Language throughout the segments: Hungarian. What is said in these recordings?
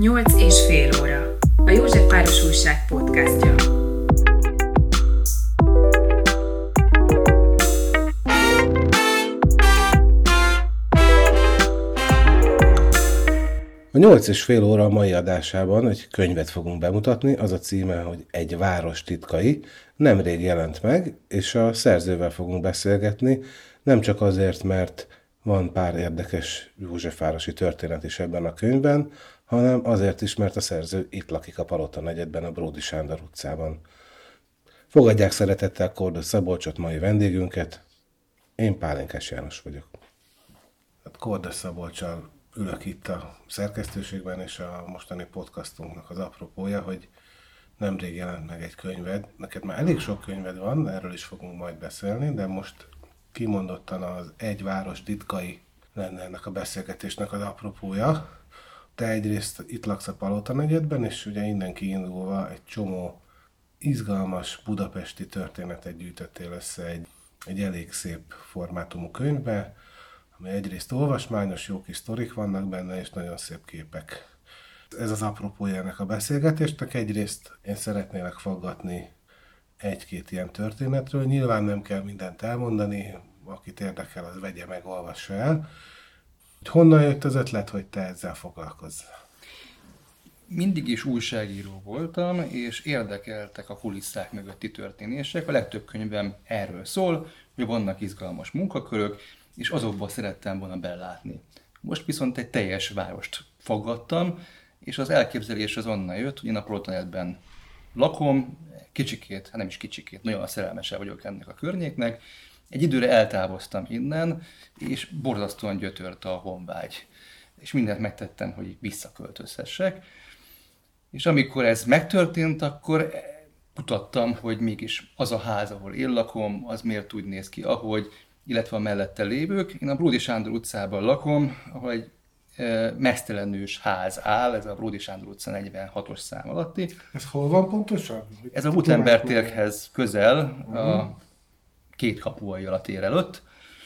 8,5 óra. A József Város Újság podcastja. A 8,5 óra mai adásában egy könyvet fogunk bemutatni, az a címe, hogy Egy város titkai. Nemrég jelent meg, és a szerzővel fogunk beszélgetni, nem csak azért, mert van pár érdekes józsefvárosi történet is ebben a könyvben, hanem azért is, mert a szerző itt lakik a Palota negyedben, a Bródy Sándor utcában. Fogadják szeretettel Kordos Szabolcsot, mai vendégünket. Én Pálinkás János vagyok. Kordos Szabolccsal ülök itt a szerkesztőségben, és a mostani podcastunknak az apropója, hogy nemrég jelent meg egy könyved. Neked már elég sok könyved van, erről is fogunk majd beszélni, de most kimondottan az Egy város titkai lenne ennek a beszélgetésnek az apropója. Te egyrészt itt laksz a Palota negyedben, és ugye innen kiindulva egy csomó izgalmas budapesti történetet gyűjtöttél össze egy elég szép formátumú könyvbe, ami egyrészt olvasmányos, jó kis sztorik vannak benne, és nagyon szép képek. Ez az apropója ennek a beszélgetésnek. Egyrészt én szeretnélek faggatni egy-két ilyen történetről. Nyilván nem kell mindent elmondani, akit érdekel, az vegye meg, olvassa el. Honnan jött az ötlet, hogy te ezzel foglalkozz? Mindig is újságíró voltam, és érdekeltek a kulisszák mögötti történések. A legtöbb könyvem erről szól, hogy vannak izgalmas munkakörök, és azokba szerettem volna belátni. Most viszont egy teljes várost faggattam, és az elképzelés az onnan jött, hogy én a Palota negyedben lakom, kicsikét, nem is kicsikét, nagyon szerelmese vagyok ennek a környéknek. Egy időre eltávoztam innen, és borzasztóan gyötört a honvágy. És mindent megtettem, hogy visszaköltözhessek. És amikor ez megtörtént, akkor kutattam, hogy mégis az a ház, ahol én lakom, az miért úgy néz ki, ahogy, illetve a mellette lévők. Én a Bródy Sándor utcában lakom, ahol egy meztelenős ház áll, ez a Bródy Sándor utca 46-os szám alatti. Ez hol van pontosan? Ez a Gutenberg térhez közel, a két kapuajjal a tér előtt,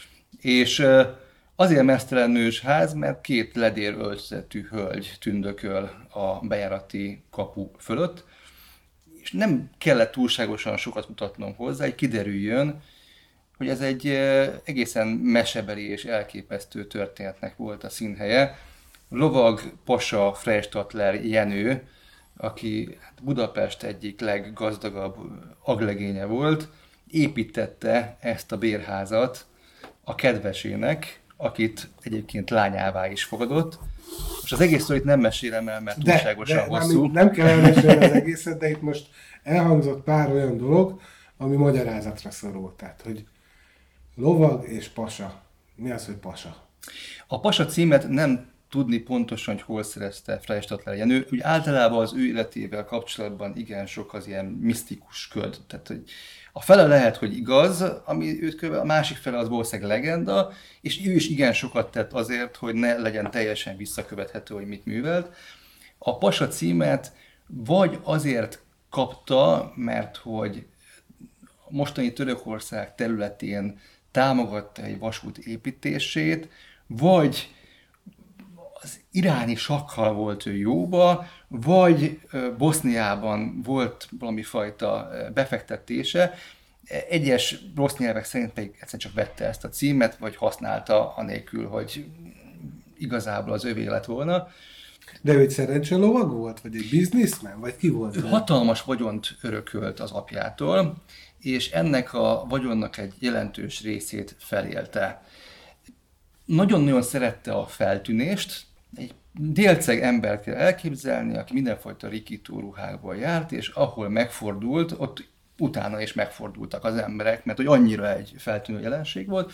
és azért meztelenős ház, mert két ledér öltözetű hölgy tündököl a bejárati kapu fölött, és nem kellett túlságosan sokat mutatnom hozzá, hogy kiderüljön, hogy ez egy egészen mesebeli és elképesztő történetnek volt a színhelye. Lovag Pasa Freystattler Jenő, aki Budapest egyik leggazdagabb aglegénye volt, építette ezt a bérházat a kedvesének, akit egyébként lányává is fogadott. Most az egész sztorit nem mesélem el, mert túlságosan hosszú. Nem kell elmesélni az egészet, de itt most elhangzott pár olyan dolog, ami magyarázatra szorult. Tehát, hogy lovag és pasa. Mi az, hogy pasa? A Pasa címet nem tudni pontosan, hogy hol szerezte Freystattler Jenő. Úgy általában az ő életével kapcsolatban igen sok az ilyen misztikus köd. Tehát, hogy a fele lehet, hogy igaz, ami őt követ, a másik fele az valószínűleg legenda, és ő is igen sokat tett azért, hogy ne legyen teljesen visszakövethető, hogy mit művelt. A Pasa címet vagy azért kapta, mert hogy a mostani Törökország területén támogatta egy vasút építését, vagy az iráni sakkal volt ő jóba, vagy Boszniában volt valami fajta befektetése. Egyes rossz nyelvek szerint pedig egyszerűen csak vette ezt a címet, vagy használta anélkül, hogy igazából az övé lett volna. De ő egy szerencselovag volt? Vagy egy bizniszmen? Vagy ki volt? Ő hatalmas vagyont örökölt az apjától, és ennek a vagyonnak egy jelentős részét felélte. Nagyon-nagyon szerette a feltűnést, egy délceg embert kell elképzelni, aki mindenfajta rikító ruhákból járt, és ahol megfordult, ott utána is megfordultak az emberek, mert hogy annyira egy feltűnő jelenség volt.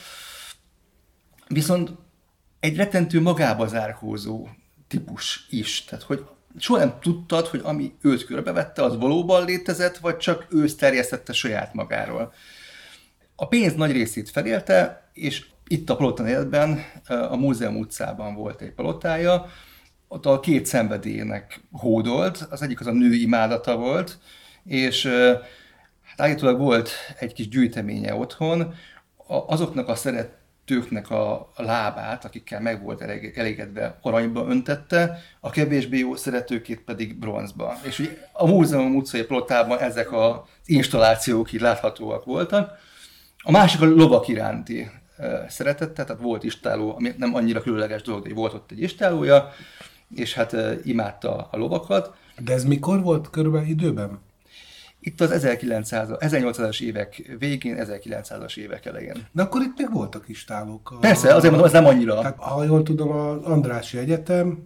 Viszont egy rettentő magába zárkózó típus is, tehát hogy soha nem tudtad, hogy ami őt körbevette, az valóban létezett, vagy csak ő terjesztette saját magáról. A pénz nagy részét felélte, és itt a Palota negyedben, a Múzeum utcában volt egy palotája, ott a két szenvedélyének hódolt, az egyik az a nő imádata volt, és hát állítólag volt egy kis gyűjteménye otthon, azoknak a szerető tőknek a lábát, akikkel meg volt elégedve, aranyba öntette, a kevésbé jó szeretőkét pedig bronzba. És ugye a múzeum utcai plotában ezek az installációk így láthatóak voltak. A másik a lovak iránti szeretete, tehát volt istálló, ami nem annyira különleges dolog, de volt ott egy istálója, és hát imádta a lovakat. De ez mikor volt körülbelül időben? Itt az 1800-as évek végén, 1900-as évek elején. De akkor itt még voltak istálók. Persze, azért mondom, az nem annyira. Tehát, ha jól tudom, az Andrássy Egyetem,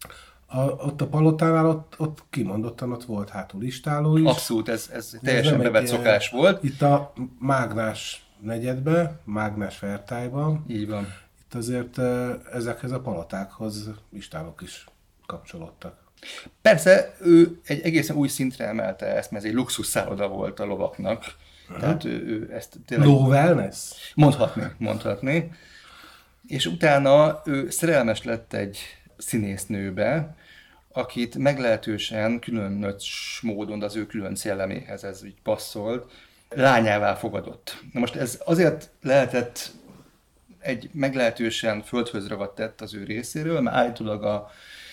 ott a Palotánál, ott kimondottan ott volt hátul istáló is. Abszolút, ez teljesen bevett szokás volt. Itt a Mágnás negyedben, Mágnás Fertályban. Így van. Itt azért ezekhez a palotákhoz istálók is kapcsolódtak. Persze, ő egy egészen új szintre emelte ezt, mert ez egy luxus szálloda volt a lovaknak. Tehát ő ezt tényleg... Low wellness? Mondhatni. És utána ő szerelmes lett egy színésznőbe, akit meglehetősen különös módon, az ő külön szelleméhez ez úgy passzolt, lányává fogadott. Na most ez azért lehetett egy meglehetősen földhöz ragadt tett az ő részéről, mert állítólag a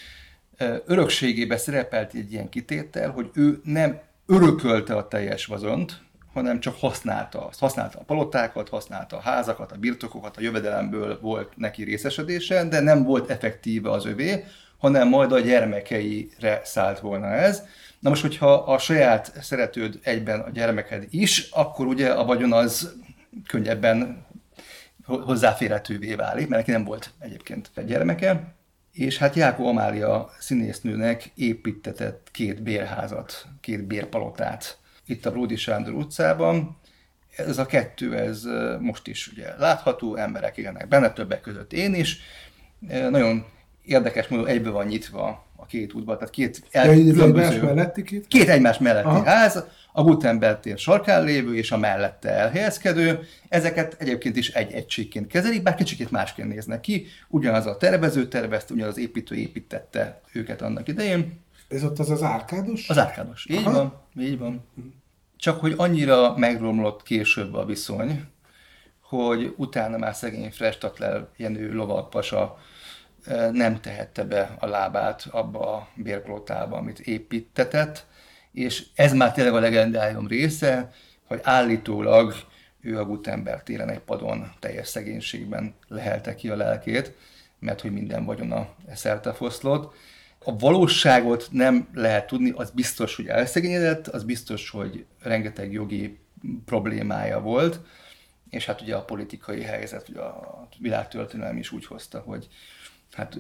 örökségébe szerepelt egy ilyen kitétel, hogy ő nem örökölte a teljes vagyont, hanem csak használta azt. Használta a palotákat, használta a házakat, a birtokokat, a jövedelemből volt neki részesedése, de nem volt effektíve az övé, hanem majd a gyermekeire szállt volna ez. Na most, hogyha a saját szeretőd egyben a gyermeked is, akkor ugye a vagyon az könnyebben hozzáférhetővé válik, mert neki nem volt egyébként egy gyermeke. És hát Jákó Amália színésznőnek építtetett 2 bérházat, 2 bérpalotát itt a Bródy Sándor utcában. Ez a 2, ez most is ugye látható, emberek élnek benne, többek között én is. Nagyon érdekes módon egybe van nyitva a 2 udvar, tehát 2 egymás melletti 2 egymás melletti ház, a Gutenberg tér sarkán lévő és a mellette elhelyezkedő. Ezeket egyébként is egy egységként kezelik, bár kicsikét másként néznek ki. Ugyanaz a tervező tervezte, ugyanaz az építő építette őket annak idején. Ez ott az árkádos? Az árkádos. Így van. Csak hogy annyira megromlott később a viszony, hogy utána már szegény Freystadt Jenő lovagpasa nem tehette be a lábát abba a bérpalotába, amit építtetett, és ez már tényleg a legendárium része, hogy állítólag ő a Gutenberg téren egy padon teljes szegénységben lehelte ki a lelkét, mert hogy minden vagyona szertefoszlott. A valóságot nem lehet tudni, az biztos, hogy elszegényedett, az biztos, hogy rengeteg jogi problémája volt, és hát ugye a politikai helyzet, ugye a világtörténelem is úgy hozta, hogy hát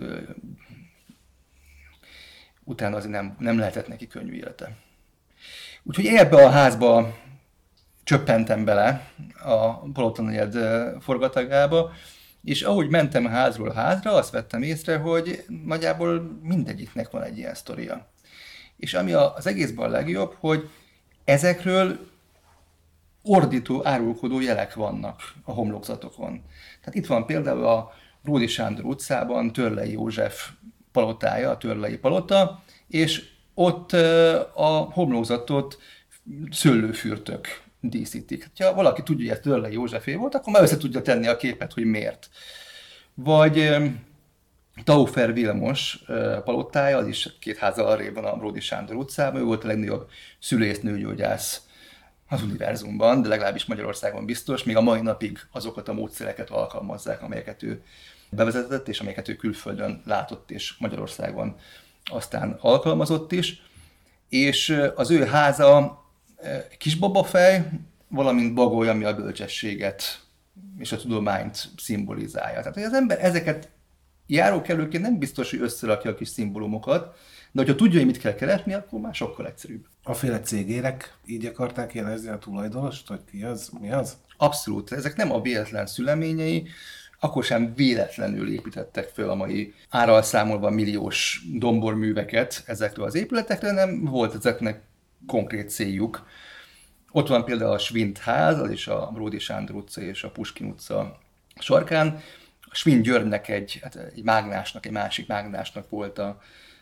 utána azért nem lehetett neki könnyű élete. Úgyhogy ebbe a házba csöppentem bele a Palotanegyed forgatagába, és ahogy mentem házról házra, azt vettem észre, hogy nagyjából mindegyiknek van egy ilyen sztoria. És ami az egészben a legjobb, hogy ezekről ordító, árulkodó jelek vannak a homlokzatokon. Tehát itt van például a Bródy Sándor utcában Törlei József palotája, a Törlei palota, és ott a homlokzatot szőlőfürtök díszítik. Ha valaki tudja, hogy ez Törlei Józsefé volt, akkor már össze tudja tenni a képet, hogy miért. Vagy Taufer Vilmos palotája, az is 2 házzal arrébb van a Bródy Sándor utcában, ő volt a legnagyobb szülésznőgyógyász az univerzumban, de legalábbis Magyarországon biztos, még a mai napig azokat a módszereket alkalmazzák, amelyeket ő bevezetett, és amelyeket ő külföldön látott, és Magyarországon aztán alkalmazott is. És az ő háza kisbabafej, valamint bagoly, ami a bölcsességet és a tudományt szimbolizálja. Tehát, hogy az ember ezeket járókelőként nem biztos, hogy összerakja a kis szimbólumokat, de hogyha tudja, hogy mit kell keresni, akkor már sokkal egyszerűbb. Aféle cégérek így akarták jelezni a tulajdonost, hogy ki az, mi az? Abszolút. Ezek nem a véletlen szüleményei, akkor sem véletlenül építettek föl a mai árral számolva milliós domborműveket ezekről az épületekről, nem volt ezeknek konkrét céljuk. Ott van például a Schwind ház, az is a Bródy Sándor utca és a Puskin utca sarkán. A Schwind Györgynek egy mágnásnak, egy másik mágnásnak volt a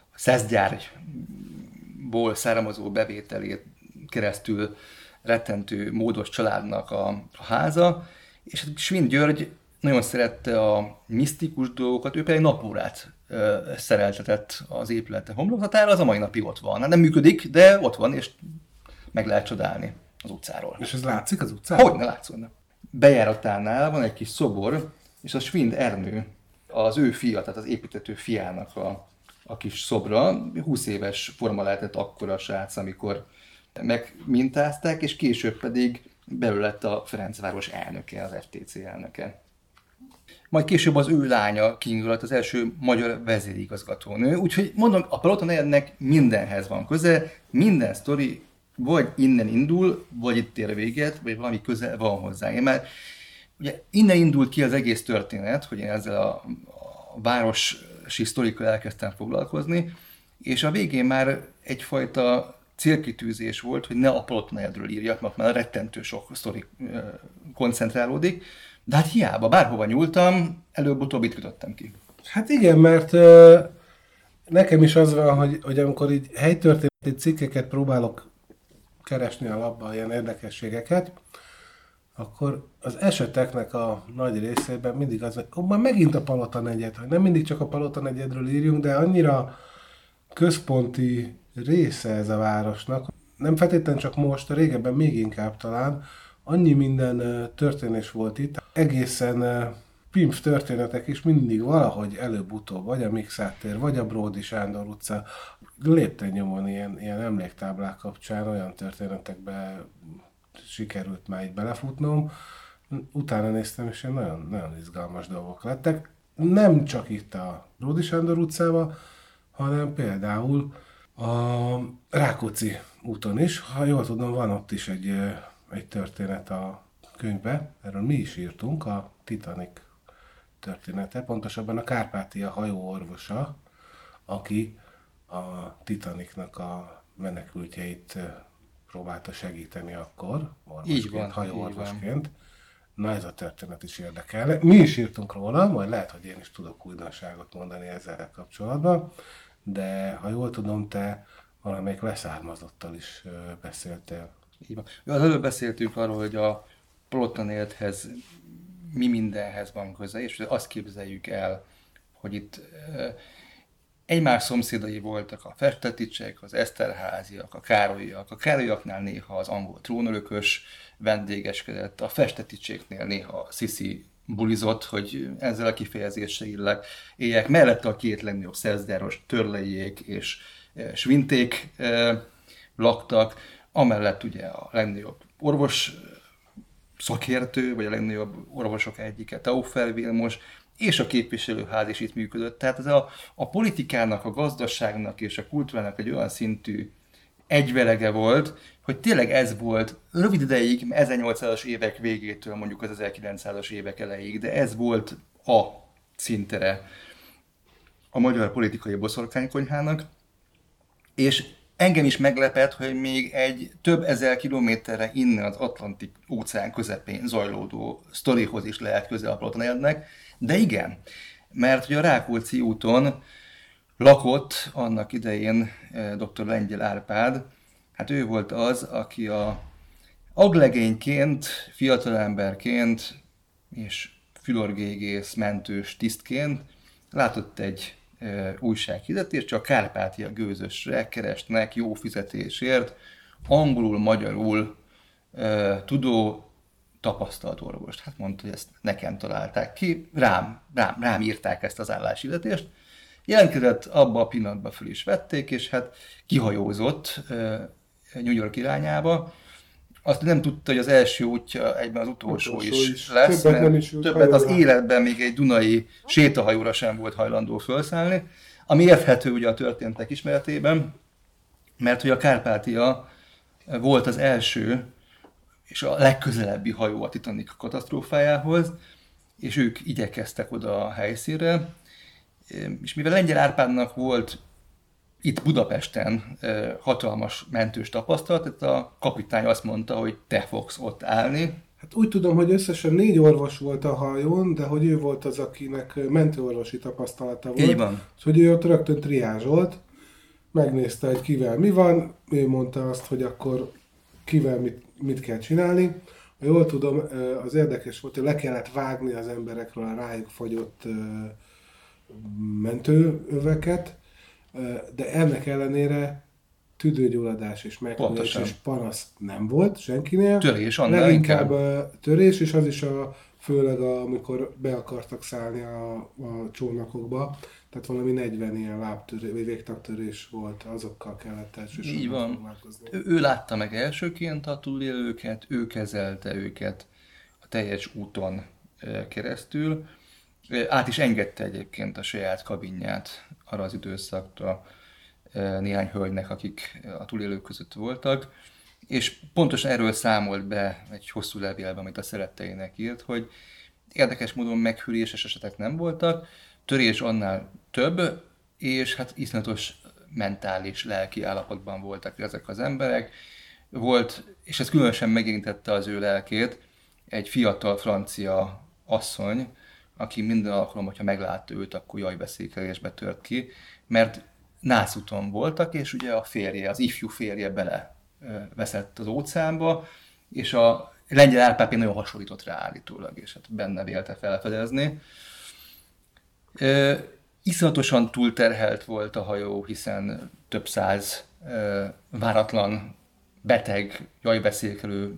szeszgyárból származó bevételét keresztül rettentő módos családnak a háza, és Schwind György nagyon szerette a misztikus dolgokat, ő pedig napórát szereltetett az épülete homlokzatára, az a mai napig ott van. Hát nem működik, de ott van, és meg lehet csodálni az utcáról. És ez látszik az utcán? Hogyne látszódna. Bejáratánál van egy kis szobor, és a Schwind Ernő, az ő fia, tehát az építető fiának a kis szobra, 20 éves forma lehetett akkora srác, amikor megmintázták, és később pedig belőle lett a Ferencváros elnöke, az FTC elnöke. Majd később az ő lánya King lett az első magyar vezérigazgatónő, úgyhogy mondom, a Palota negyednek mindenhez van köze, minden sztori vagy innen indul, vagy itt ér véget, vagy valami közel van hozzá. Én már ugye innen indult ki az egész történet, hogy én ezzel a városi sztorikkal elkezdtem foglalkozni, és a végén már egyfajta célkitűzés volt, hogy ne a Palota negyedről írjak, mert már rettentő sok sztori koncentrálódik, de hát hiába, bárhova nyúltam, előbb-utóbb itt kötöttem ki. Hát igen, mert nekem is az van, hogy amikor így helytörténeti cikkeket próbálok keresni a labban, ilyen érdekességeket, akkor az eseteknek a nagy részében mindig az, hogy már megint a Palota negyed, hogy nem mindig csak a Palota negyedről írjunk, de annyira központi része ez a városnak. Nem feltétlenül csak most, régebben még inkább talán, annyi minden történés volt itt, egészen pimf történetek is mindig valahogy előbb-utóbb, vagy a Mikszáth tér, vagy a Bródy Sándor utca, lépten nyomon ilyen emléktáblák kapcsán olyan történetekbe sikerült már így belefutnom. Utána néztem, és ilyen nagyon, nagyon izgalmas dolgok lettek. Nem csak itt a Bródy Sándor utcában, hanem például a Rákóczi úton is. Ha jól tudom, van ott is egy történet a könyvbe, erről mi is írtunk, a Titanic története, pontosabban a Kárpátia hajóorvosa, aki a Titanicnak a menekültjeit próbálta segíteni akkor, orvosként, hajóorvosként. Na ez a történet is érdekel. Mi is írtunk róla, majd lehet, hogy én is tudok újdonságot mondani ezzel kapcsolatban, de ha jól tudom, te valamelyik leszármazottal is beszéltél. Így van. Az előbb beszéltünk arról, hogy a Palota negyedhez mi mindenhez van köze, és azt képzeljük el, hogy itt egymás szomszédai voltak a Festeticsek, az Eszterházyak, a Károlyak. A Károlyaknál néha az angol trónörökös vendégeskedett, a Festeticséknél néha Sziszi bulizott, hogy ezzel a kifejezéssel éljek. Mellette a két legnagyobb szerzgyáros Törlejék és Svinték laktak, amellett ugye a legnagyobb orvos szakértő, vagy a legnagyobb orvosok egyike, Taufer Vilmos, és a képviselőház is itt működött. Tehát ez a politikának, a gazdaságnak és a kultúrának egy olyan szintű egyvelege volt, hogy tényleg ez volt rövid ideig, 1800-as évek végétől mondjuk az 1900-as évek elejéig, de ez volt a szintere a magyar politikai boszorkánykonyhának, és engem is meglepett, hogy még egy több ezer kilométerre innen az Atlanti óceán közepén zajlódó sztorihoz is lehet közel a Palota negyednek, de igen, mert hogy a Rákóczi úton lakott annak idején dr. Lengyel Árpád, hát ő volt az, aki a aglegényként, fiatalemberként és fülorgégész, mentős tisztként látott egy újsághirdetést, csak Kárpátia gőzösre keresnek jó fizetésért angolul, magyarul tudó, tapasztalt orvost. Hát mondta, hogy ezt nekem találták ki, rám írták ezt az álláshirdetést. Jelentkezett, abba a pillanatban föl is vették, és hát kihajózott New York irányába. Azt nem tudta, hogy az első útja egyben az utolsó is lesz, többet az életben még egy dunai sétahajóra sem volt hajlandó felszállni, ami érthető ugye a történtek ismeretében, mert hogy a Kárpátia volt az első és a legközelebbi hajó a Titanic katasztrófájához, és ők igyekeztek oda a helyszínre, és mivel Lengyel Árpádnak volt itt Budapesten hatalmas mentős tapasztalat, tehát a kapitány azt mondta, hogy te fogsz ott állni. Hát úgy tudom, hogy összesen 4 orvos volt a hajón, de hogy ő volt az, akinek mentőorvosi tapasztalata volt. Így van. És hogy ő ott rögtön triázsolt, megnézte, hogy kivel mi van, ő mondta azt, hogy akkor kivel mit kell csinálni. Jól tudom, az érdekes volt, hogy le kellett vágni az emberekről a rájuk fagyott mentőöveket, de ennek ellenére tüdőgyulladás és meghűlés Pontosan. és panasz nem volt senkinél. Törés, annál Leginkább inkább. törés, és az is főleg amikor be akartak szállni a csónakokba, tehát valami 40 ilyen lábtörés, vagy végtagtörés volt, azokkal kellett Így elsősorban van. foglalkozni. Ő látta meg elsőként a túlélőket, ő kezelte őket a teljes úton keresztül. Át is engedte egyébként a saját kabinját arra az időszakra néhány hölgynek, akik a túlélők között voltak, és pontosan erről számolt be egy hosszú levélben, amit a szeretteinek írt, hogy érdekes módon meghűléses esetek nem voltak, törés annál több, és hát iszonyatos mentális, lelki állapotban voltak ezek az emberek. Volt, és ez különösen megérintette az ő lelkét, egy fiatal francia asszony, aki minden alkalom, hogyha meglátta őt, akkor jajveszékelésbe tört ki, mert nászúton voltak, és ugye a férje, az ifjú férje bele veszett az óceánba, és a Lengyel Árpád nagyon hasonlított rá állítólag, és hát benne vélte felfedezni. Iszonyatosan túlterhelt volt a hajó, hiszen több száz váratlan, beteg, jajveszékelő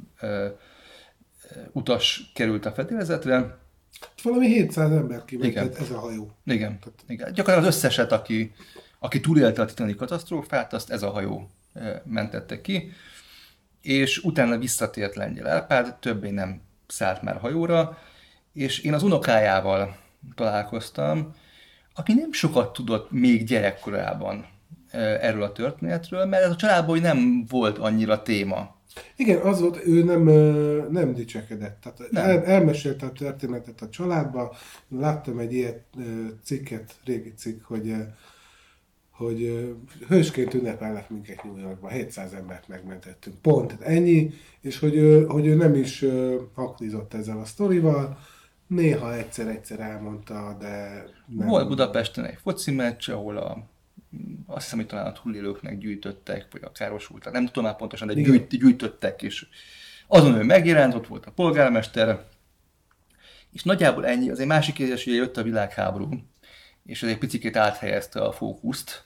utas került a fedélzetre. Valami 700 ember kimentett ez a hajó. Igen. Gyakorlatilag az összeset, aki túlélte a Titanic katasztrófát, azt ez a hajó mentette ki, és utána visszatért Lengyel Árpád, többé nem szállt már hajóra, és én az unokájával találkoztam, aki nem sokat tudott még gyerekkorában erről a történetről, mert ez a családból nem volt annyira téma. Igen, az volt, ő nem dicsekedett. Tehát elmesélte a történetet a családba. Láttam egy ilyen cikket, régi cikk, hogy hősként ünnepelnek minket New Yorkban. 700 embert megmentettünk. Pont, tehát ennyi. És hogy ő nem is haklizott ezzel a sztorival. Néha egyszer elmondta, de nem. Volt Budapesten egy foci meccs, ahol azt hiszem, hogy talán a túlélőknek gyűjtöttek, vagy a károsultak, nem tudom már pontosan, de gyűjtöttek, és azon ő megjelent, ott volt a polgármester, és nagyjából ennyi. Az egy másik kérdés, hogy jött a világháború, és ez egy picit áthelyezte a fókuszt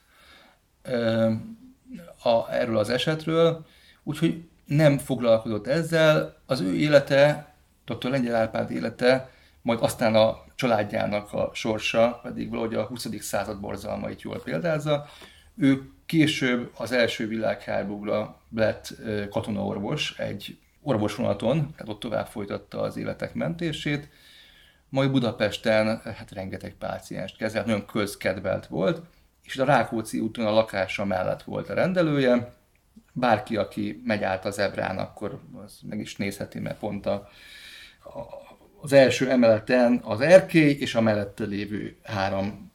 erről az esetről, úgyhogy nem foglalkozott ezzel. Az ő élete, dr. Lengyel Árpád élete, majd aztán a családjának a sorsa pedig valahogy a 20. század borzalmait jól példázza. Ő később az első világháborúra lett katonaorvos egy orvosvonaton, tehát ott tovább folytatta az életek mentését, majd Budapesten hát rengeteg pácienst kezelt, nagyon közkedvelt volt, és a Rákóczi úton a lakása mellett volt a rendelője. Bárki, aki megy át az Ebrán, akkor az meg is nézheti, mert pont az első emeleten az erkély, és a mellette lévő 3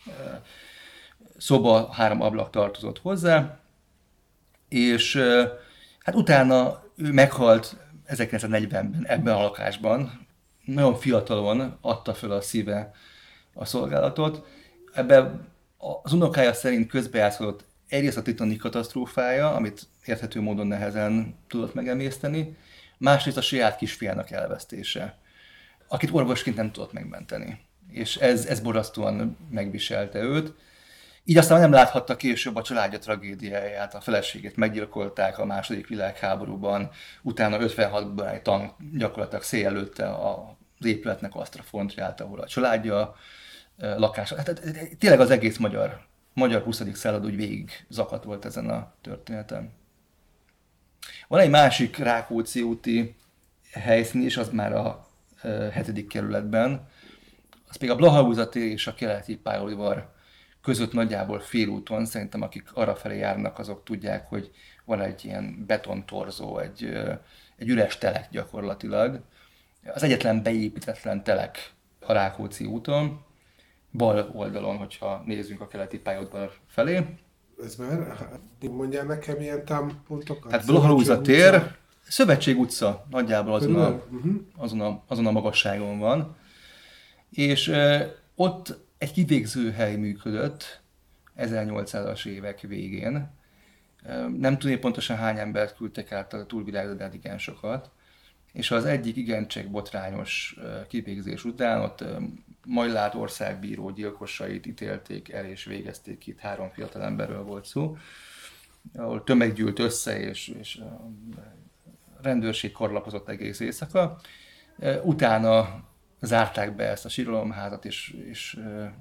szoba, 3 ablak tartozott hozzá, és hát utána ő meghalt 1940-ben ebben a lakásban, nagyon fiatalon adta föl a szíve a szolgálatot. Ebben az unokája szerint közbejátszódott egyrészt a Titanic katasztrófája, amit érthető módon nehezen tudott megemészteni, másrészt a saját kisfiának elvesztése, akit orvosként nem tudott megmenteni. És ez borzasztóan megviselte őt. Így aztán nem láthatta később a családja tragédiáját, a feleségét meggyilkolták a II. Világháborúban, utána 56-ban egy tank gyakorlatilag szél lőtte az épületnek azt a frontját, ahol a családja lakása. Hát, tényleg az egész magyar 20. század úgy végig zakadt volt ezen a történeten. Van egy másik Rákóczi úti helyszín is, az már a 7. kerületben, az még a Blaha tér és a keleti pályaudvar között nagyjából félúton, szerintem akik arrafelé járnak, azok tudják, hogy van egy ilyen betontorzó, egy üres telek gyakorlatilag. Az egyetlen beépítetlen telek a Rákóczi úton, bal oldalon, hogyha nézzünk a keleti pályaudvar felé. Ez már, mondjál nekem ilyen támpontokat? Hát Blaha tér, Szövetség utca nagyjából azon a magasságon van, és ott egy kivégzőhely működött 1800-as évek végén. Nem tudni pontosan hány embert küldtek át a túlvilágra, de igen sokat. és az egyik igencsak botrányos kivégzés után ott Majlát országbíró gyilkosait ítélték el és végezték, itt 3 fiatalemberről volt szó, ahol tömeg gyűlt össze, és a rendőrség korlapozott egész éjszaka. Utána zárták be ezt a síralomházat, és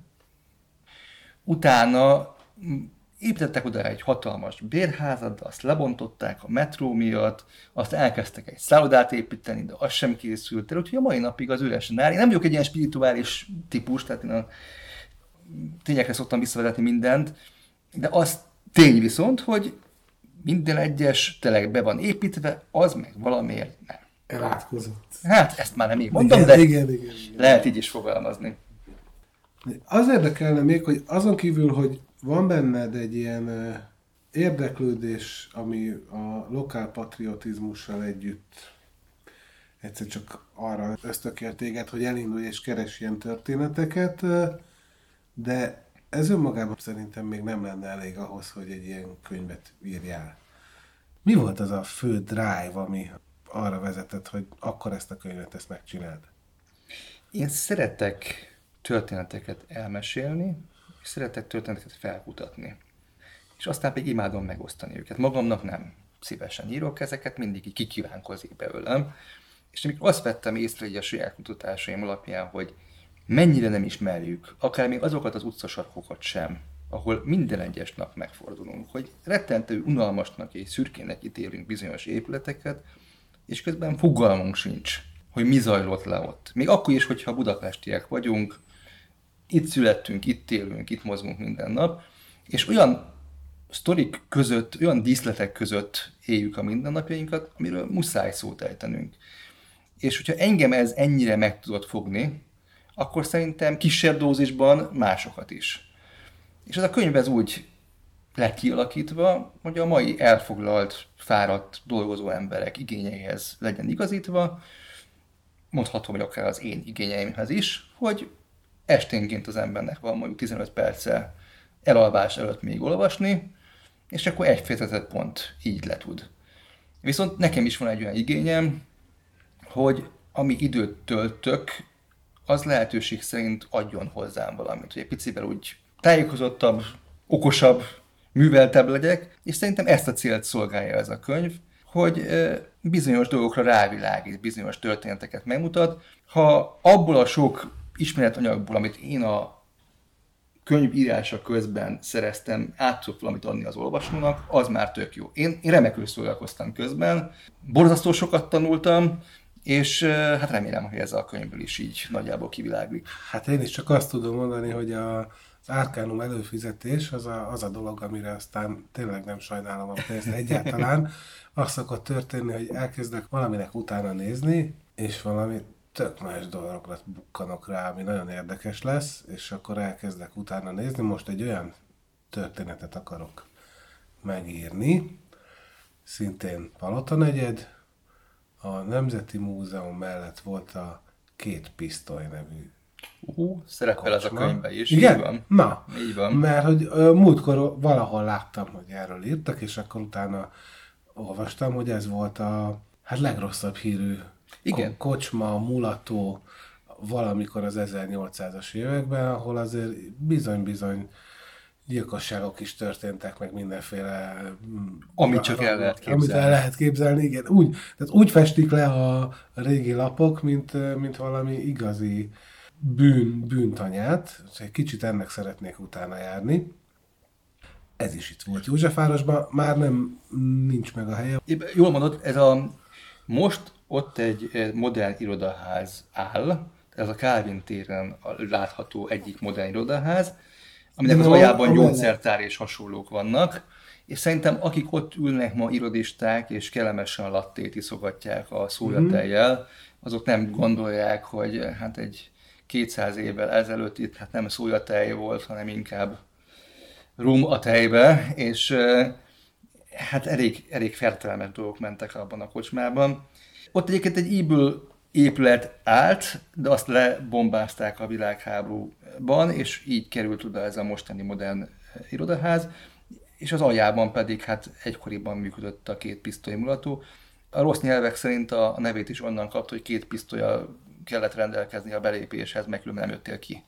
utána építettek oda egy hatalmas bérházat, de azt lebontották a metró miatt, azt elkezdtek egy szállodát építeni, de az sem készült el, úgyhogy a mai napig az üresen áll. Én nem vagyok egy ilyen spirituális típus, tehát én a tényekre szoktam visszavezetni mindent, de az tény viszont, hogy minden egyes tényleg be van építve, az meg valamiért nem. Elátkozott. Hát ezt már nem így mondom, de igen. lehet így is fogalmazni. Az érdekelne még, hogy azon kívül, hogy van benned egy ilyen érdeklődés, ami a lokál patriotizmussal együtt egyszer csak arra ösztökél téged, hogy elindulj és keres ilyen történeteket, de ez önmagában szerintem még nem lenne elég ahhoz, hogy egy ilyen könyvet írjál. Mi volt az a fő drive, ami arra vezetett, hogy akkor ezt a könyvet ezt megcsináld? Én szeretek történeteket elmesélni, és szeretek történeteket felkutatni. És aztán pedig imádom megosztani őket. Magamnak nem szívesen írok ezeket, mindig így kikívánkozik belőlem. És amikor azt vettem észre így a saját kutatásaim alapján, hogy mennyire nem ismerjük, akár még azokat az utcasarkokat sem, ahol minden egyes nap megfordulunk, hogy rettentő unalmasnak és szürkének ítélünk bizonyos épületeket, és közben fogalmunk sincs, hogy mi zajlott le ott. Még akkor is, hogyha budapestiek vagyunk, itt születtünk, itt élünk, itt mozgunk minden nap, és olyan sztorik között, olyan díszletek között éljük a mindennapjainkat, amiről muszáj szót ejtenünk. És hogyha engem ez ennyire meg tudott fogni, akkor szerintem kisebb dózisban másokat is. És ez a könyv ez úgy lett kialakítva, hogy a mai elfoglalt, fáradt, dolgozó emberek igényeihez legyen igazítva, mondhatom, hogy akár az én igényeimhez is, hogy esténként az embernek van mondjuk 15 perccel elalvás előtt még olvasni, és akkor egy fejezetet pont így letud. Viszont nekem is van egy olyan igényem, hogy ami időt töltök, az lehetőség szerint adjon hozzám valamit, hogy egy picivel úgy tájékozottabb, okosabb, műveltebb legyek, és szerintem ezt a célt szolgálja ez a könyv, hogy bizonyos dolgokra rávilágít, bizonyos történeteket megmutat. Ha abból a sok ismeretanyagból, amit én a könyv írása közben szereztem, át tudok valamit adni az olvasónak, az már tök jó. Én remekül szórakoztam közben, borzasztó sokat tanultam, és hát remélem, hogy ez a könyvből is így nagyjából kiviláglik. Hát én is csak azt tudom mondani, hogy az Arcanum előfizetés az a dolog, amire aztán tényleg nem sajnálom a pénzt egyáltalán. Azt szokott történni, hogy elkezdek valaminek utána nézni, és valami tök más dologra bukkanok rá, ami nagyon érdekes lesz, és akkor elkezdek utána nézni. Most egy olyan történetet akarok megírni, szintén Palotanegyed, a Nemzeti Múzeum mellett volt a Két Pisztoly nevű szerepel ez a könyvben is. Igen? Így van. Na, így van. Mert hogy múltkor valahol láttam, hogy erről írtak, és akkor utána olvastam, hogy ez volt a legrosszabb hírű Igen. kocsma, mulató valamikor az 1800-as években, ahol azért bizony-bizony gyilkosságok is történtek, meg mindenféle... Amit csak el lehet képzelni. Amit el lehet képzelni, igen. Úgy festik le a régi lapok, mint valami igazi bűntanyát. Egy kicsit ennek szeretnék utána járni. Ez is itt volt Józsefvárosban, már nincs meg a helye. Jól mondod, most ott egy modern irodaház áll, ez a Kálvin téren látható egyik modern irodaház, aminek az aljában gyógyszertár és hasonlók vannak, és szerintem akik ott ülnek ma irodisták, és kellemesen a lattét iszogatják a szójatejjel, azok nem gondolják, hogy hát egy 200 évvel ezelőtt itt hát nem szójatej volt, hanem inkább rum a tejbe, és hát elég fertelemes dolgok mentek abban a kocsmában. Ott egyébként egy épület állt, de azt lebombázták a világháborúban, és így került oda ez a mostani modern irodaház, és az aljában pedig hát egykoriban működött a Két Pisztoly mulató. A rossz nyelvek szerint a nevét is onnan kapta, hogy 2 pisztollyal kellett rendelkezni a belépéshez, meg különben nem jöttél ki.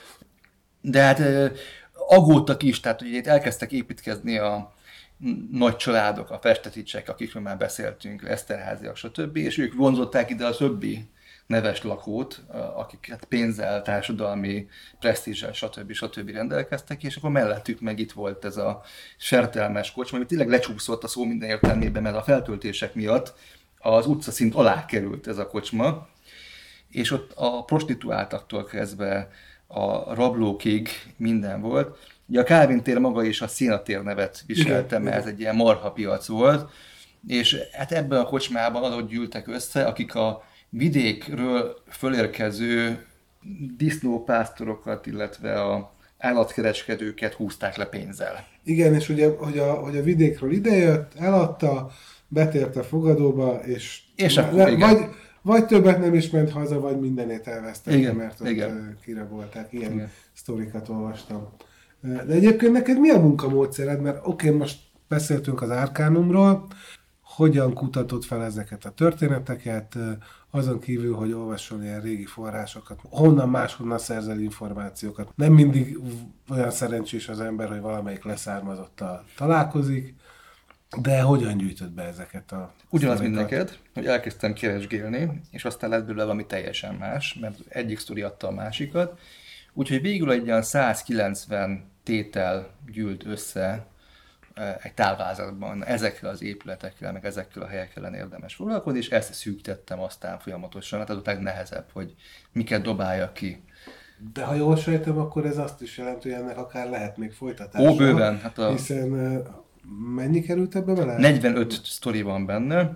De hát aggódtak is, tehát ugye itt elkezdtek építkezni a nagy családok, a Festeticsek, akikről már beszéltünk, Eszterháziak, stb. És ők vonzották ide a többi neves lakót, akik hát pénzzel, társadalmi presztízsel, stb. Rendelkeztek, és akkor mellettük meg itt volt ez a sertelmes kocsma, ami tényleg lecsúszott a szó minden értelmében, mert a feltöltések miatt az utcaszint alá került ez a kocsma, és ott a prostituáltaktól kezdve a rablókig minden volt. Ugye a Kálvin tér maga is a Szénatér nevet viselte, mert ez egy ilyen marhapiac volt, és hát ebben a kocsmában azok gyűltek össze, akik a vidékről fölérkező disznópásztorokat, illetve a állatkereskedőket húzták le pénzzel. Igen, és ugye, hogy a vidékről idejött, eladta, betért a fogadóba, és akkor vagy többet nem is ment haza, vagy mindenét elvesztette, igen, mert ott igen. kirabolták. Ilyen Igen. sztorikat olvastam. De egyébként neked mi a munkamódszered? Mert oké, most beszéltünk az Arcanumról, hogyan kutatod fel ezeket a történeteket, azon kívül, hogy olvasol ilyen régi forrásokat, máshonnan szerzel információkat. Nem mindig olyan szerencsés az ember, hogy valamelyik leszármazottal találkozik, de hogyan gyűjtöd be ezeket a Ugyanaz, sztorikat? mint neked, hogy elkezdtem keresgélni, és aztán lett belőle valami teljesen más, mert egyik sztori adta a másikat. Úgyhogy végül egy olyan 190 tétel gyűlt össze egy távlázatban ezekkel az épületekkel, meg ezekkel a helyekkel érdemes foglalkozni, és ezt szűktettem aztán folyamatosan, hát az a legnehezebb, hogy miket dobáljak ki. De ha jól sejtem, akkor ez azt is jelenti, hogy ennek akár lehet még folytatása. Ó, bőven. Hát hiszen mennyi került ebbe bele? 45 sztori van benne,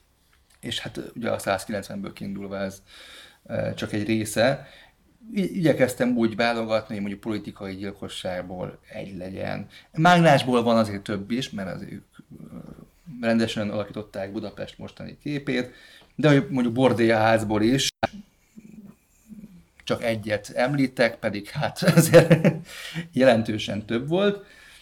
és hát ugye a 190-ből kiindulva ez csak egy része. Igyekeztem úgy válogatni, hogy mondjuk politikai gyilkosságból egy legyen. Mágnásból van azért több is, mert azért rendesen alakították Budapest mostani képét, de hogy mondjuk Bordélyaházból is csak egyet említek, pedig hát azért jelentősen több volt.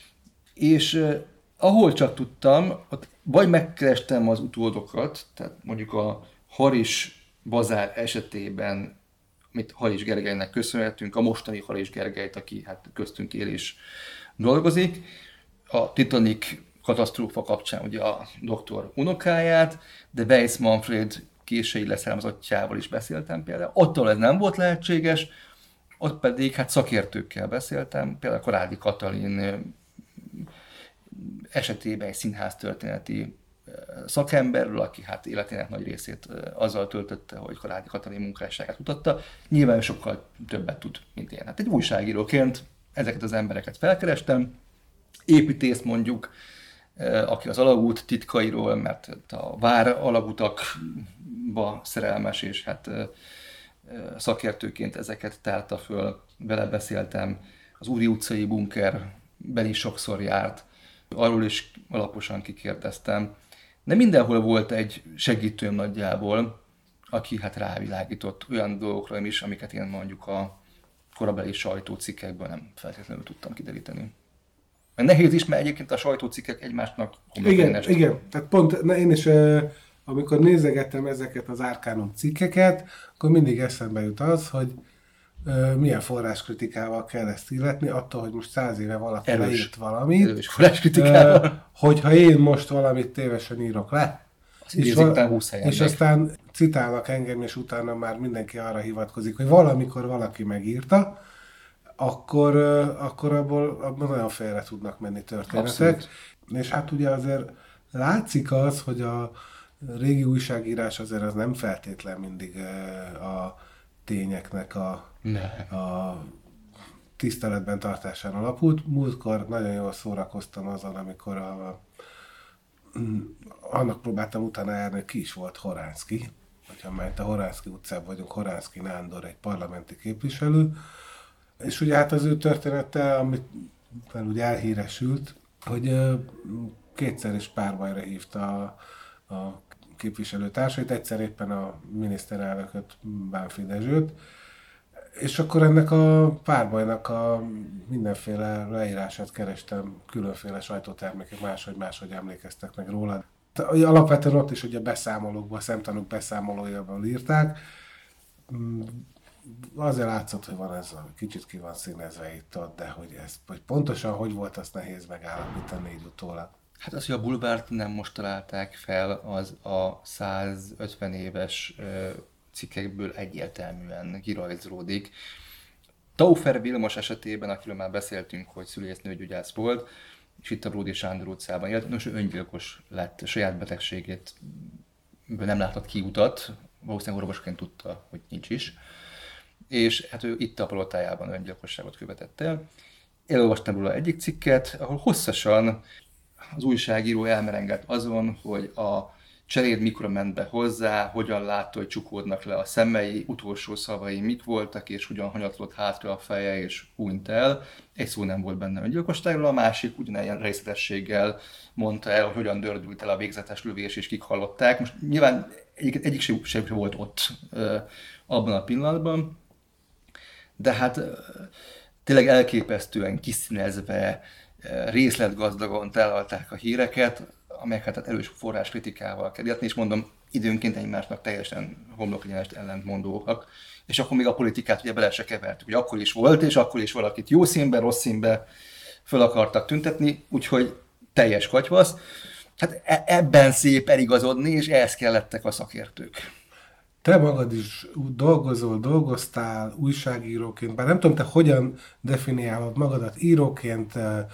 És ahol csak tudtam, ott vagy megkerestem az utódokat, tehát mondjuk a Haris bazár esetében, amit Haris Gergelynek köszönhetünk, a mostani Haris Gergelyt, aki hát köztünk él és dolgozik, a Titanic katasztrófa kapcsán ugye a doktor unokáját, de Weiss Manfred késői leszármazottjával is beszéltem például. Ottól ez nem volt lehetséges, ott pedig hát szakértőkkel beszéltem, például Korádi Katalin esetében egy színháztörténeti szakemberről, aki hát életének nagy részét azzal töltötte, hogy Korádi Katalin munkásságát kutatta, nyilván sokkal többet tud, mint én. Hát egy újságíróként ezeket az embereket felkerestem, építész mondjuk, aki az alagút titkairól, mert a vár alagutakba szerelmes, és hát szakértőként ezeket tárta föl, vele beszéltem, az Úri utcai bunkerben is sokszor járt, arról is alaposan kikérdeztem. De mindenhol volt egy segítőm nagyjából, aki hát rávilágított olyan dolgokra is, amiket én mondjuk a korabeli sajtócikkekből nem feltétlenül tudtam kideríteni. Mert nehéz is, mert egyébként a sajtócikkek egymásnak homlokegyenesek. Igen, tehát pont én is, amikor nézegettem ezeket az Arcanum cikkeket, akkor mindig eszembe jut az, hogy milyen forráskritikával kell ezt illetni, attól, hogy most 100 éve valaki leírt valamit. Erős forráskritikával. Hogyha én most valamit tévesen írok le, és aztán citálnak engem, és utána már mindenki arra hivatkozik, hogy valamikor valaki megírta, akkor abból nagyon félre tudnak menni történetek. Abszolút. És hát ugye azért látszik az, hogy a régi újságírás azért az nem feltétlen mindig a tényeknek a tiszteletben tartásán alapult. Múltkor nagyon jól szórakoztam azon, amikor annak próbáltam utána járni, hogy ki is volt Horánszky. Hogyha már itt a Horánszky utcában vagyunk, Horánszky Nándor egy parlamenti képviselő, és ugye hát az ő története, amit ugye elhíresült, hogy kétszer is párbajra hívta a képviselőtársait, egyszer éppen a miniszterelnököt, Bánffy Dezsőt, és akkor ennek a párbajnak a mindenféle leírását kerestem, különféle sajtótermékek máshogy emlékeztek meg róla. Alapvetően ott is ugye beszámolókban, szemtanúk beszámolójában írták. Azért látszott, hogy van ez a kicsit ki van színezve itt-ott, de hogy pontosan hogy volt, azt nehéz megállapítani így utólag. Hát az, hogy a bulvárt nem most találták fel, az a 150 éves cikkekből egyértelműen kirajzolódik. Taufer Vilmos esetében, akiről már beszéltünk, hogy szülésznőgyógyász volt, és itt a Bródi Sándor utcában élt, most ő öngyilkos lett, a saját betegségét nem látott kiutat, valószínűleg orvosként tudta, hogy nincs is, és hát ő itt a palotájában öngyilkosságot követett el. Elolvastam róla egyik cikket, ahol hosszasan az újságíró elmerengett azon, hogy a cseléd mikor ment be hozzá, hogyan látta, hogy csukódnak le a szemei, utolsó szavai mik voltak, és hogyan hanyatlott hátra a feje, és hunyt el. Egy szó nem volt benne öngyilkosságról, a másik ugyanilyen részletességgel mondta el, hogy hogyan dördült el a végzetes lövés, és kik hallották. Most nyilván egyik sem volt ott abban a pillanatban, de hát tényleg elképesztően kiszínezve, részletgazdagon tálalták a híreket, amelyeket hát erős forráskritikával kell írni, és mondom, időnként egymásnak teljesen homlokegyenest ellentmondóak. És akkor még a politikát ugye bele se kevertük, hogy akkor is volt, és akkor is valakit jó színbe, rossz színbe föl akartak tüntetni, úgyhogy teljes katyvasz. Hát ebben szép eligazodni, és ehhez kellettek a szakértők. Te magad is dolgoztál újságíróként, bár nem tudom, te hogyan definiálod magadat íróként,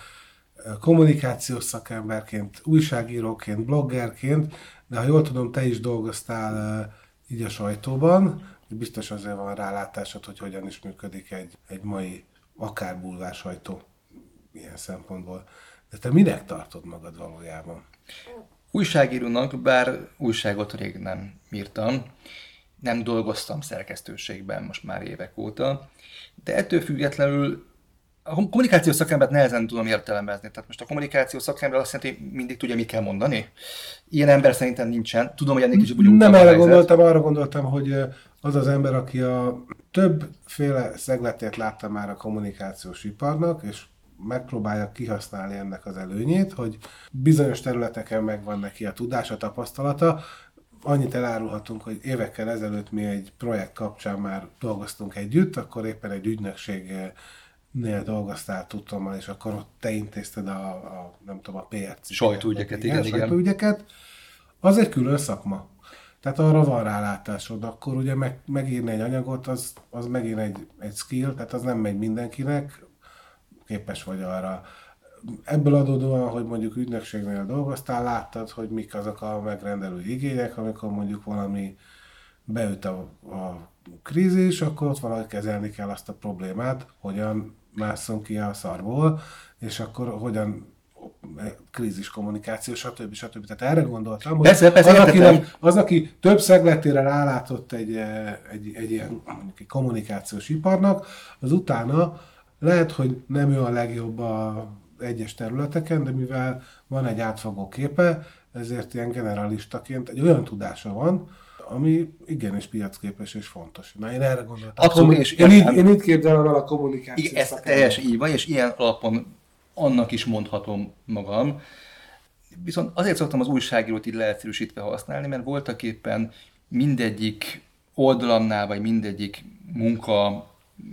kommunikációs szakemberként, újságíróként, bloggerként, de ha jól tudom, te is dolgoztál így a sajtóban, biztos azért van rálátásod, hogy hogyan is működik egy mai akár bulvár sajtó ilyen szempontból. De te minek tartod magad valójában? Újságírónak, bár újságot rég nem írtam, nem dolgoztam szerkesztőségben most már évek óta, de ettől függetlenül a kommunikációs szakembert nehezen tudom értelmezni. Tehát most a kommunikációs szakember azt jelenti, hogy mindig tudja, mit kell mondani. Ilyen ember szerintem nincsen. Tudom, hogy ennél kicsit úgy nem erre gondoltam, arra gondoltam, hogy az az ember, aki a többféle szegletét látta már a kommunikációs iparnak, és megpróbálja kihasználni ennek az előnyét, hogy bizonyos területeken megvan neki a tudása, tapasztalata. Annyit elárulhatunk, hogy évekkel ezelőtt mi egy projekt kapcsán már dolgoztunk együtt, akkor éppen egy ügynökségnél dolgoztál tudtommal, és akkor ott te intézted nem tudom, a PRC. Sajtóügyeket, igen. Sajtóügyeket. Az egy külön szakma. Tehát arra van rálátásod, akkor ugye megírni egy anyagot, az megint egy skill, tehát az nem megy mindenkinek, képes vagy arra. Ebből adódóan, hogy mondjuk ügynökségnél dolgoztál, láttad, hogy mik azok a megrendelő igények, amikor mondjuk valami beüt a krízis, akkor ott valahogy kezelni kell azt a problémát, hogyan másszunk ki a szarból, és akkor hogyan krízis kommunikáció, stb. Tehát erre gondoltam, hogy az, aki több szegletére rálátott egy ilyen mondjuk egy kommunikációs iparnak, az utána lehet, hogy nem ő a legjobb a egyes területeken, de mivel van egy átfogó képe, ezért ilyen generalistaként egy olyan tudása van, ami igenis piacképes és fontos. Na, én erre gondoltam. Abszolút, és én itt képzelem el a kommunikációt. Ez teljesen így van, és ilyen alapon annak is mondhatom magam. Viszont azért szoktam az újságírót így leegyszerűsítve használni, mert voltak éppen mindegyik oldalamnál, vagy mindegyik munka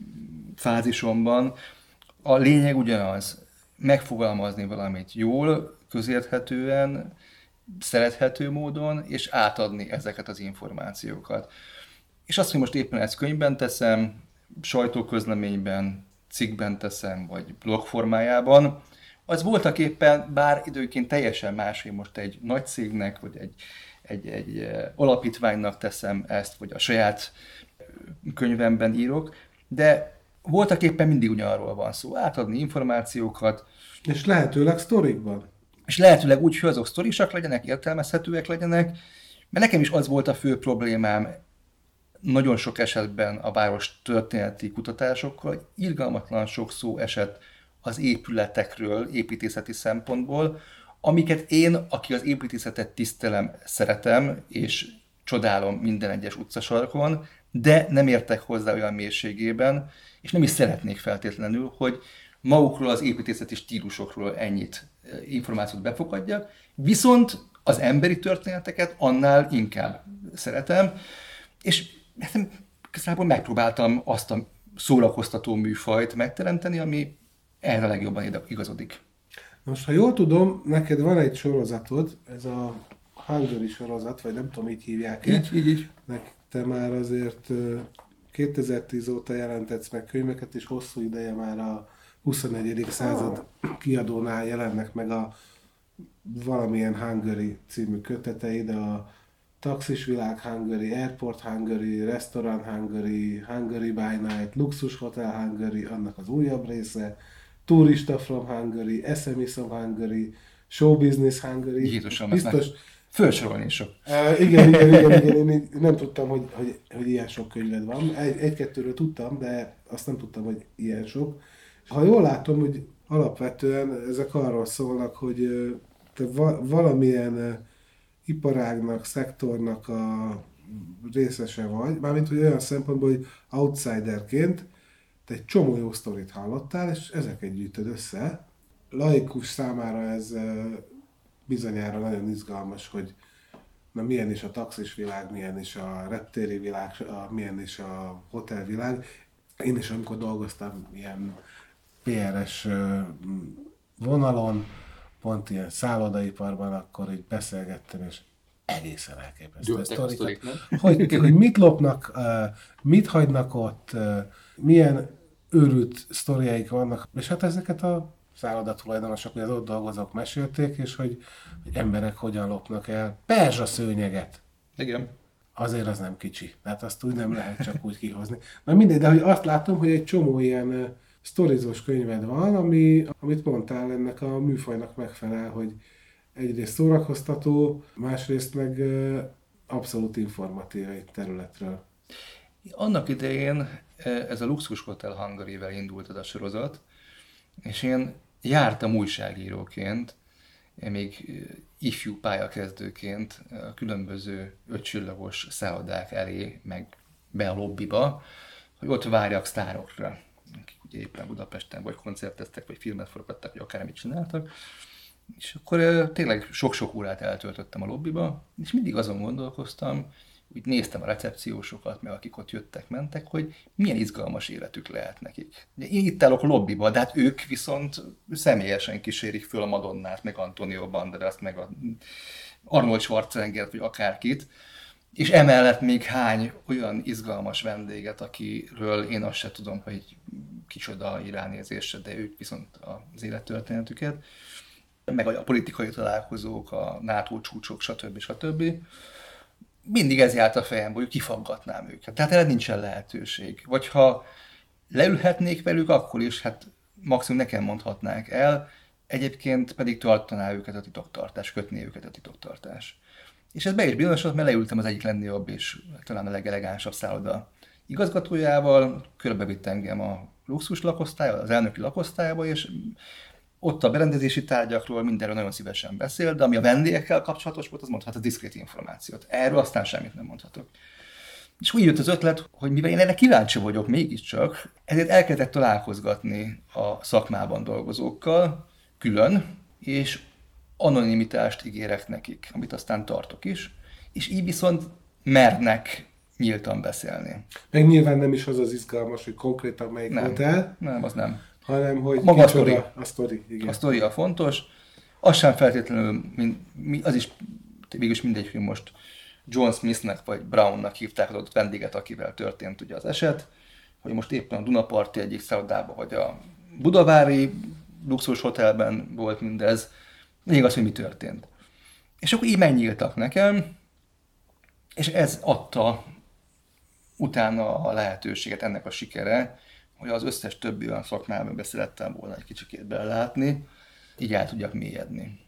fázisomban a lényeg ugyanaz, megfogalmazni valamit jól, közérthetően, szerethető módon, és átadni ezeket az információkat. És azt, hogy most éppen ezt könyvben teszem, sajtóközleményben, cikkben teszem, vagy blog formájában, az voltak éppen, bár időként teljesen más, hogy most egy nagy cégnek, vagy egy alapítványnak teszem ezt, vagy a saját könyvemben írok, de voltak éppen mindig ugyanarról van szó, átadni információkat. És lehetőleg sztorikban. És lehetőleg úgy, hogy azok sztorisak legyenek, értelmezhetőek legyenek, mert nekem is az volt a fő problémám nagyon sok esetben a város történeti kutatásokkal, hogy irgalmatlan sok szó esett az épületekről, építészeti szempontból, amiket én, aki az építészetet tisztelem, szeretem, és csodálom minden egyes utcasarkon, de nem értek hozzá olyan mélységében, és nem is szeretnék feltétlenül, hogy magukról az építészeti stílusokról ennyit információt befogadjak, viszont Az emberi történeteket annál inkább szeretem, és igazából megpróbáltam azt a szórakoztató műfajt megteremteni, ami erre a legjobban igazodik. Most, ha jól tudom, neked van egy sorozatod, ez a Hungary sorozat, vagy nem tudom, így hívják. Így. Te már azért 2010 óta jelentetsz meg könyveket, és hosszú ideje már a 21. század kiadónál jelennek meg a valamilyen Hungary című köteteid, a Taxis világ Hungary, Airport Hungary, Restaurant Hungary, Hungary by Night, Luxus Hotel Hungary, annak az újabb része, Turista from Hungary, SMS of Hungary, Show Business Hungary. Jézusom, biztos fölsorolni is sok. Igen, én nem tudtam, hogy ilyen sok könyved van. Egy-kettőről tudtam, de azt nem tudtam, hogy ilyen sok. Ha jól látom, hogy alapvetően ezek arról szólnak, hogy te valamilyen iparágnak, szektornak a részese vagy, mármint hogy olyan szempontból, hogy outsiderként te egy csomó jó sztorit hallottál, és ezeket gyűjtöd össze. Laikus számára ez bizonyára nagyon izgalmas, hogy na milyen is a taxis világ, milyen is a reptéri világ, milyen is a hotelvilág. Én is, amikor dolgoztam ilyen PR-es vonalon, pont ilyen szállodaiparban, akkor így beszélgettem, és egészen elképesztő sztorik. Hogy mit lopnak, mit hagynak ott, milyen őrült sztoriaik vannak, és hát ezeket a szállodatulajdonosok, vagy az ott dolgozók mesélték, és hogy emberek hogyan lopnak el perzsaszőnyeget. Igen. Azért az nem kicsi. Tehát azt úgy nem lehet csak úgy kihozni. Na mindegy, de hogy azt látom, hogy egy csomó ilyen sztorizós könyved van, amit mondtál, ennek a műfajnak megfelel, hogy egyrészt szórakoztató, másrészt meg abszolút informatív egy területről. Annak idején ez a Luxus Hotel Hungary-vel indult ez a sorozat, és én jártam újságíróként, még ifjú pályakezdőként a különböző 5 csillagos szállodák elé, meg be a lobbiba, hogy ott várjak sztárokra, akik ugye éppen Budapesten vagy koncerteztek, vagy filmet forgattak, vagy akármit csináltak. És akkor tényleg sok-sok órát eltöltöttem a lobbiba, és mindig azon gondolkoztam, úgy néztem a recepciósokat, meg akik ott jöttek, mentek, hogy milyen izgalmas életük lehet nekik. Én itt állok a lobbiba, de hát ők viszont személyesen kísérik föl a Madonnát, meg Antonio Banderast, meg a Arnold Schwarzeneggert, vagy akárkit, és emellett még hány olyan izgalmas vendéget, akiről én azt se tudom, hogy kicsoda ránézésre, de ők viszont az élettörténetüket, meg a politikai találkozók, a NATO csúcsok, stb. Mindig ez járt a fejembe, hogy kifaggatnám őket. Tehát erre nincsen lehetőség. Vagy ha leülhetnék velük, akkor is, hát maximum nekem mondhatnák el, egyébként pedig tartaná őket a titoktartás, kötné őket a titoktartás. És ez be is bizonyosodott, mert leültem az egyik legjobb és talán a legelegánsabb szálloda igazgatójával, körbevitt engem a luxus lakosztályba, az elnöki lakosztályba, és ott a berendezési tárgyakról mindenről nagyon szívesen beszél, de ami a vendégekkel kapcsolatos volt, az mondhat a diszkrét információt. Erről aztán semmit nem mondhatok. És úgy jött az ötlet, hogy mivel én erre kíváncsi vagyok mégiscsak, ezért elkezdett találkozgatni a szakmában dolgozókkal külön, és anonimitást ígérek nekik, amit aztán tartok is, és így viszont mernek nyíltan beszélni. Meg nyilván nem is az az izgalmas, hogy konkrétan melyik hotel. Nem, az nem. Hanem, hogy maga a sztori. Igen. A sztori a fontos. Az sem feltétlenül, az is végülis mindegy, hogy most John Smithnek vagy Brownnak hívták az adott vendéget, akivel történt ugye az eset, hogy most éppen a Dunaparti egyik szállodában, vagy a budavári luxus hotelben volt mindez, még az, hogy mi történt. És akkor így megnyíltak nekem, és ez adta utána a lehetőséget, ennek a sikere, hogy az összes többi olyan szakmában szerettem volna egy kicsikét belelátni, így el tudjak mélyedni.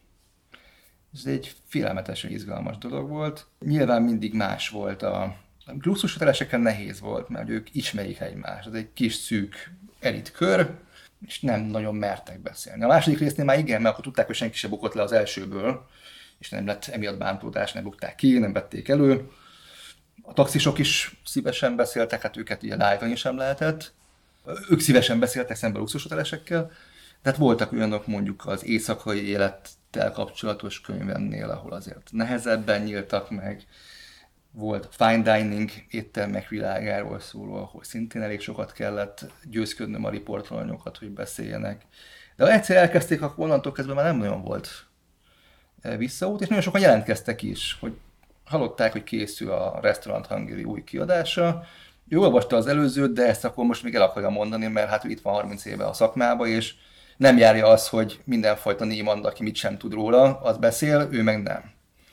Ez egy félelmetesen izgalmas dolog volt. Nyilván mindig más volt. A luxushoteleseken nehéz volt, mert ők ismerik egymást. Ez egy kis szűk elitkör, és nem nagyon mertek beszélni. A második résznél már igen, mert akkor tudták, hogy senki sem bukott le az elsőből, és nem lett emiatt bántódás, nem bukták ki, nem vették elő. A taxisok is szívesen beszéltek, hát őket ugye live-on sem lehetett. Ők szívesen beszéltek szemben luxushotelesekkel, Tehát voltak olyanok mondjuk az éjszakai élettel kapcsolatos könyvemnél, ahol azért nehezebben nyíltak meg. Volt Fine Dining éttermek világáról szóló, ahol szintén elég sokat kellett győzködnöm a riportalanyokat, hogy beszéljenek. De ha egyszer elkezdték, akkor onnantól kezdve már nem nagyon volt visszaút, és nagyon sokan jelentkeztek is, hogy hallották, hogy készül a Restaurant Hungary új kiadása. Ő olvasta az előzőt, de ezt akkor most még el akarja mondani, mert hát ő itt van 30 éve a szakmába, és nem járja az, hogy mindenfajta Niemand, aki mit sem tud róla, az beszél, ő meg nem.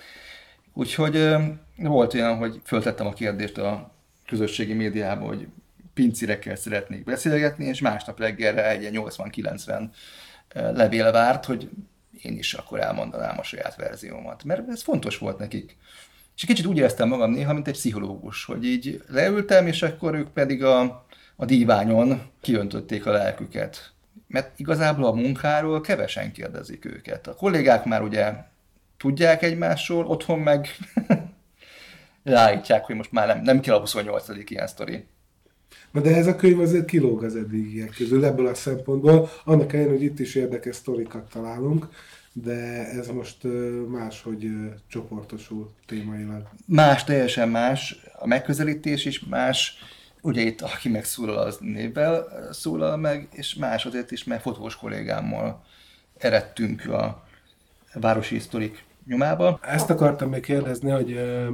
Úgyhogy volt olyan, hogy föltettem a kérdést a közösségi médiában, hogy pincirekkel szeretnék beszélgetni, és másnap reggelre egy 80-90 levél várt, hogy én is akkor elmondanám a saját verziómat. Mert ez fontos volt nekik. És egy kicsit úgy éreztem magam néha, mint egy pszichológus, hogy így leültem, és akkor ők pedig a díványon kiöntötték a lelküket. Mert igazából a munkáról kevesen kérdezik őket. A kollégák már ugye tudják egymásról, otthon meg ráállítják, hogy most már nem kell a 28. ilyen sztori. Na de ez a könyv azért kilóg az eddigiek közül ebből a szempontból. Annak ellenére, hogy itt is érdekes sztorikat találunk, de ez most máshogy csoportosul témailag. Más, teljesen más, a megközelítés is más, ugye itt aki megszólal, az névvel szólal meg, és más azért is, mert fotós kollégámmal eredtünk a városi sztorik nyomába. Ezt akartam még kérdezni, hogy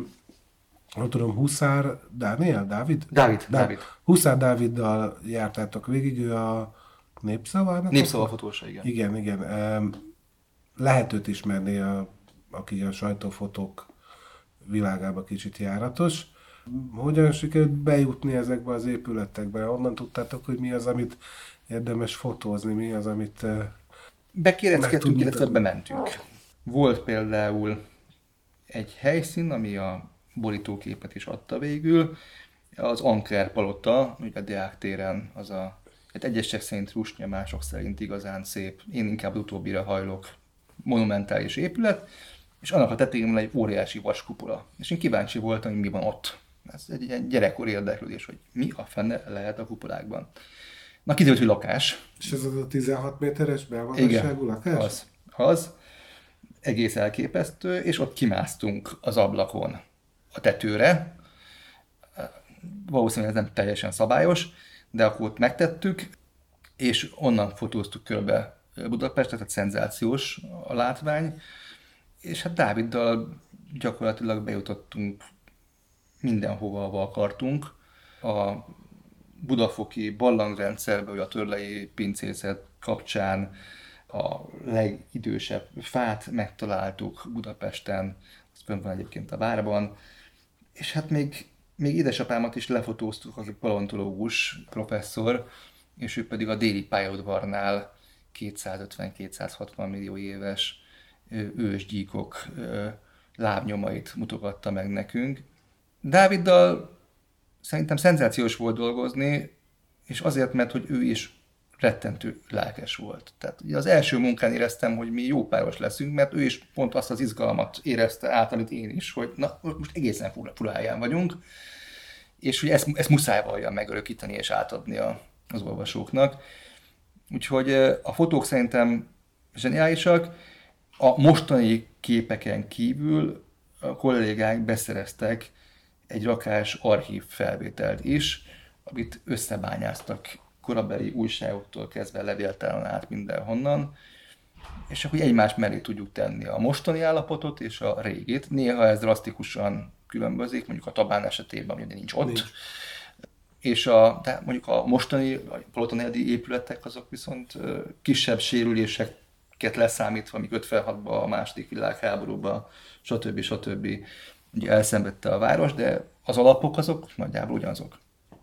nem tudom, Huszár Dávid? Dávid. Huszár Dáviddal jártátok végig, ő a Népszavának? Népszava fotósa, igen. Igen. Lehet őt ismerni, aki a sajtófotók világába kicsit járatos. Hogyan sikerült bejutni ezekbe az épületekbe? Honnan tudtátok, hogy mi az, amit érdemes fotózni, mi az, amit Bekéreckedtünk, illetve bementünk. Volt például egy helyszín, ami a borítóképet is adta végül, az Anker palota, ugye a Deák téren, az hát egyesek szerint rusnya, mások szerint igazán szép, én inkább utóbbira hajlok, monumentális épület, és annak a tetején van egy óriási vaskupola. És én kíváncsi voltam, hogy mi van ott. Ez egy ilyen gyerekkori érdeklődés, hogy mi a fene lehet a kupolákban. Na, kiderült, hogy lakás. És ez az a 16 méteres belmagasságú lakás? Az. Egész elképesztő, és ott kimásztunk az ablakon a tetőre. Valószínűleg ez nem teljesen szabályos, de akkor ott megtettük, és onnan fotóztuk körbe Budapestet, tehát szenzációs a látvány, és hát Dáviddal gyakorlatilag bejutottunk mindenhova, ahol akartunk. A budafoki barlangrendszerbe, vagy a törlei pincészet kapcsán a legidősebb fát megtaláltuk Budapesten, az fönn van egyébként a várban, és hát még édesapámat is lefotóztuk, aki paleontológus professzor, és ő pedig a déli pályaudvarnál 250-260 millió éves ősgyíkok lábnyomait mutogatta meg nekünk. Dáviddal szerintem szenzációs volt dolgozni, és azért, mert hogy ő is rettentő lelkes volt. Tehát ugye az első munkán éreztem, hogy mi jó páros leszünk, mert ő is pont azt az izgalmat érezte át, amit én is, hogy na, most egészen fura helyen vagyunk, és hogy ezt muszáj valljam megörökíteni és átadni az olvasóknak. Úgyhogy a fotók szerintem zseniálisak. A mostani képeken kívül a kollégák beszereztek egy rakás archív felvételt is, amit összebányáztak korabeli újságoktól kezdve levéltáron át mindenhonnan, és akkor egymás mellé tudjuk tenni a mostani állapotot és a régit. Néha ez drasztikusan különbözik, mondjuk a Tabán esetében, ugye nincs ott. Nincs. És de mondjuk a mostani palotanéldi épületek azok viszont kisebb sérüléseket leszámítva, amik 56-ban, a második világháborúban, stb. Ugye elszenvedte a város, de az alapok azok nagyjából ugyanazok.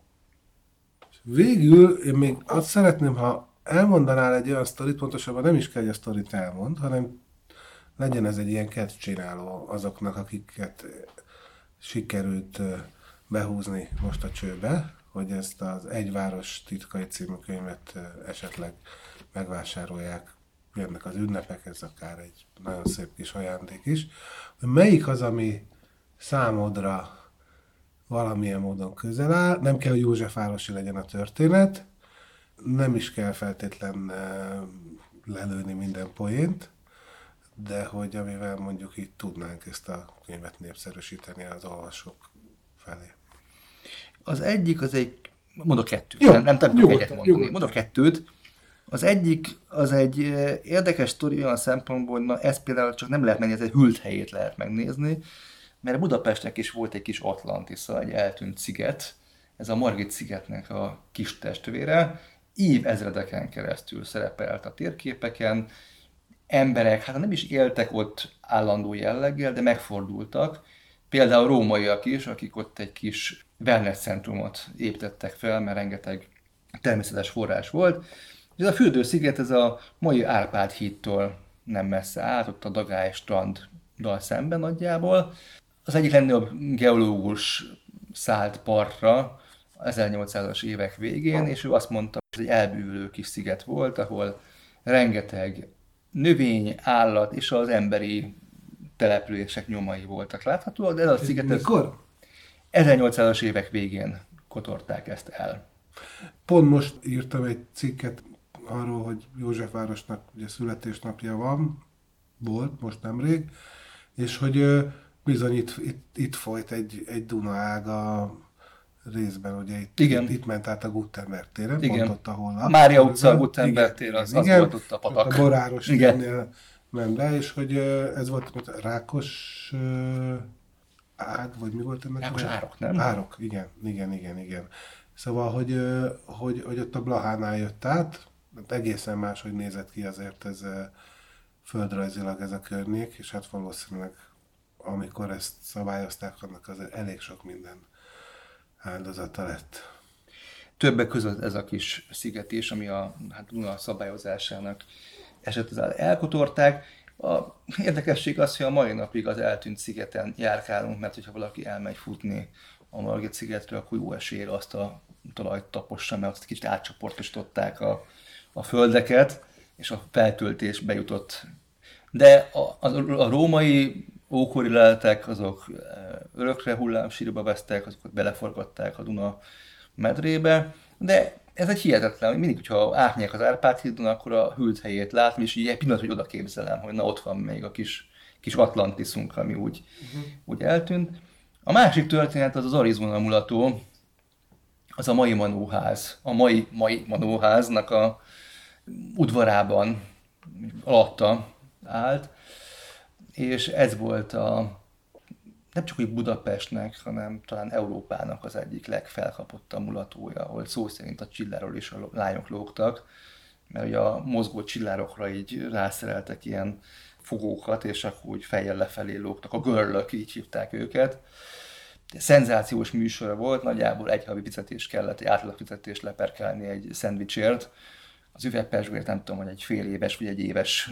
Végül én még azt szeretném, ha elmondanál egy olyan sztorit, pontosabban nem is kell, hogy a sztorit elmond, hanem legyen ez egy ilyen kedvcsináló azoknak, akiket sikerült behúzni most a csőbe, hogy ezt az Egy város titkai című könyvet esetleg megvásárolják, jönnek az ünnepek, ez akár egy nagyon szép kis ajándék is. Hogy melyik az, ami számodra valamilyen módon közel áll, nem kell, hogy Józsefvárosi legyen a történet, nem is kell feltétlen lelőni minden poént, de hogy amivel mondjuk így tudnánk ezt a könyvet népszerűsíteni az olvasók felé. Az egyik, az egy, mondok kettőt, Jó, nem tudok nyugodtan, egyet mondani, nyugodtan. mondok kettőt. Az egyik, az egy érdekes sztori olyan szempontból, hogy na ez például csak nem lehet megnézni, ez egy hűlt helyét lehet megnézni, mert Budapestnek is volt egy kis Atlantisza, egy eltűnt sziget, ez a Margit szigetnek a kis testvére, évezredeken keresztül szerepelt a térképeken, emberek, hát nem is éltek ott állandó jelleggel, de megfordultak, például rómaiak is, akik ott egy kis wellness centrumot építettek fel, mert rengeteg természetes forrás volt. Ez a fürdősziget, ez a mai Árpád hídtól nem messze állt, ott a Dagály stranddal szemben nagyjából. Az egyik legnagyobb geológus szállt partra 1800-as évek végén, és ő azt mondta, hogy ez egy elbűvölő kis sziget volt, ahol rengeteg növény, állat és az emberi települések nyomai voltak láthatóak, de ez a sziget... Mikor? 1800-as évek végén kotorták ezt el. Pont most írtam egy cikket arról, hogy Józsefvárosnak ugye születésnapja volt most nemrég, és hogy bizony itt folyt egy Duna ága részben, ugye itt ment át a Gutenberg téren, pont ott, ahol a Mária utca, a Gutenberg tér, az volt ott a patak. A Boráros térnél ment le, és hogy ez volt a Rákos ág, vagy mi volt ennek? Rákos árok, nem? Árok, igen. Szóval, hogy ott a Blahánál jött át, egészen máshogy nézett ki azért ez földrajzilag ez a környék, és hát valószínűleg amikor ezt szabályozták, annak azért elég sok minden áldozata lett. Többek között ez a kis sziget is, ami a Duna szabályozásának esett, elkotorták. A érdekesség az, hogy a mai napig az eltűnt szigeten járkálunk, mert hogyha valaki elmegy futni a Margit szigetről, akkor jó eséllyel azt a talajt tapossa, mert azt kicsit átcsoportosították a földeket, és a feltöltés bejutott. De a római ókori leletek, azok örökre hullámsírba vesztek, azokat beleforgatták a Duna medrébe, de ez egy hihetetlen, hogy mindig, hogyha átmegyek az Árpád-hídon, akkor a hűlt helyét látom, és így egy pillanat, hogy oda képzelem, hogy na ott van még a kis Atlantiszunk, ami úgy eltűnt. A másik történet az Arizona mulató, az a mai Manóház. A mai Manóháznak a udvarában alatta állt, és ez volt nem csak úgy Budapestnek, hanem talán Európának az egyik legfelkapottabb mulatója, ahol szó szerint a csilláról is a lányok lógtak, mert ugye a mozgó csillárokra így rászereltek ilyen fogókat, és akkor úgy fejjel lefelé lógtak, a görlök, így hívták őket. Szenzációs műsor volt, nagyjából egy havi fizetés kellett, egy átlag fizetést leperkelni egy szendvicsért. Az üvegperzsgőért nem tudom, hogy egy fél éves vagy egy éves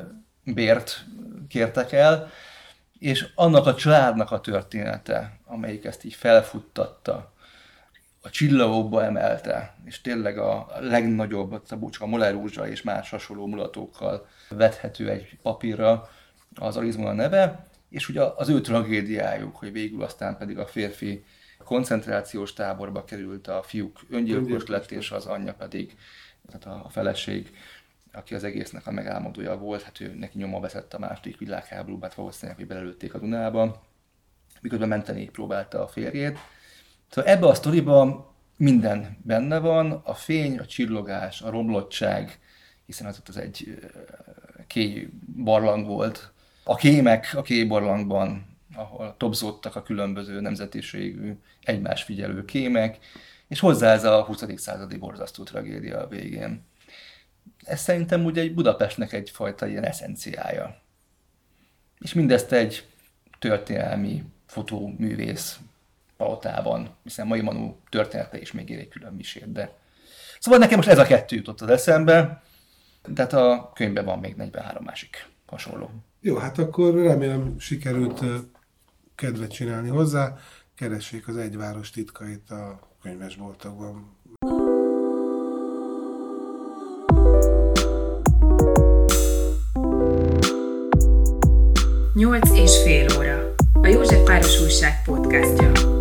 bért kértek el, és annak a családnak a története, amelyik ezt így felfuttatta, a csillagokba emelte, és tényleg a legnagyobb, a Moller Rózsa és más hasonló mulatókkal vethető egy papírra az Arizona neve, és ugye az ő tragédiájuk, hogy végül aztán pedig a férfi koncentrációs táborba került, a fiúk öngyilkos lett, és az anyja pedig, tehát a feleség, aki az egésznek a megálmodója volt, hát ő neki nyoma veszett a második világháborúban, hát valószínűleg, hogy belelőtték a Dunába, miközben menteni próbálta a férjét. Szóval ebbe a sztoriban minden benne van, a fény, a csillogás, a romlottság, hiszen az egy kéj barlang volt. A kémek a kéj barlangban, ahol tobzódtak a különböző nemzetiségű egymás figyelő kémek, és hozzá ez a 20. századi borzasztó tragédia a végén. Ez szerintem ugye egy Budapestnek egyfajta ilyen eszenciája. És mindezt egy történelmi fotóművész palotában, hiszen mai Manu története is még ér egy külön misét, de... Szóval nekem most ez a kettő jutott az eszembe, tehát a könyvben van még 43 másik hasonló. Jó, hát akkor remélem sikerült kedvet csinálni hozzá. Keressék az Egy város titkait a könyvesboltokban. 8,5 óra. A Józsefváros Újság podcastja.